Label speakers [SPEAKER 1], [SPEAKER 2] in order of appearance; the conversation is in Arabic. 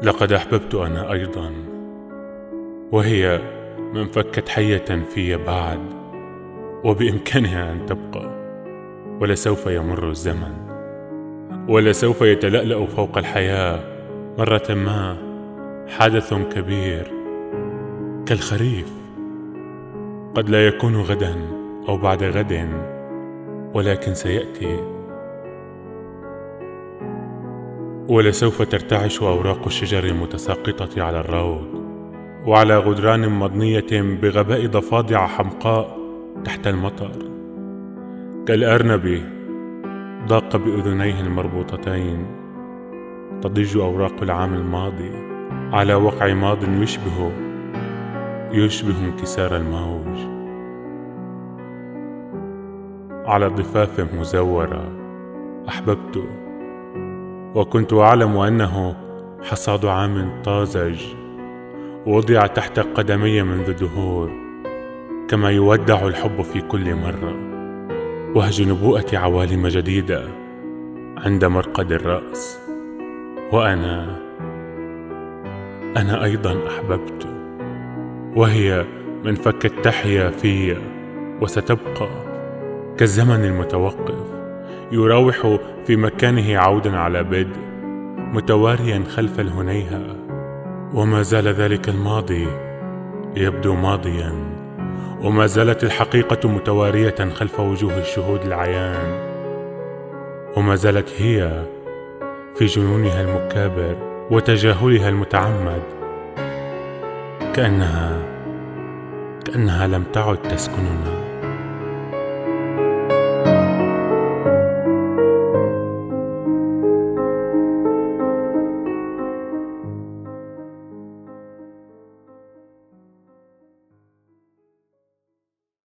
[SPEAKER 1] لقد أحببت أنا أيضا، وهي من فكت حية في بعد، وبإمكانها أن تبقى. ولسوف يمر الزمن، ولسوف يتلألأ فوق الحياة مرة ما حدث كبير كالخريف، قد لا يكون غدا أو بعد غد، ولكن سيأتي. ولسوف ترتعش أوراق الشجر المتساقطة على الروض، وعلى غدران مضنية بغباء ضفادع حمقاء تحت المطر. كالأرنب ضاق بأذنيه المربوطتين تضج أوراق العام الماضي على وقع ماض يشبه انكسار الموج على ضفاف مزورة. أحببت وكنت أعلم أنه حصاد عام طازج وضع تحت قدمي منذ دهور، كما يودع الحب في كل مرة وهج نبوءة عوالم جديدة عند مرقد الرأس. وأنا أيضا أحببت، وهي من فكت تحيا في وستبقى كالزمن المتوقف يراوح في مكانه عودا على بدء، متواريا خلف الهنيهة. وما زال ذلك الماضي يبدو ماضيا، وما زالت الحقيقة متوارية خلف وجوه الشهود العيان، وما زالت هي في جنونها المكابر وتجاهلها المتعمد كأنها لم تعد تسكننا.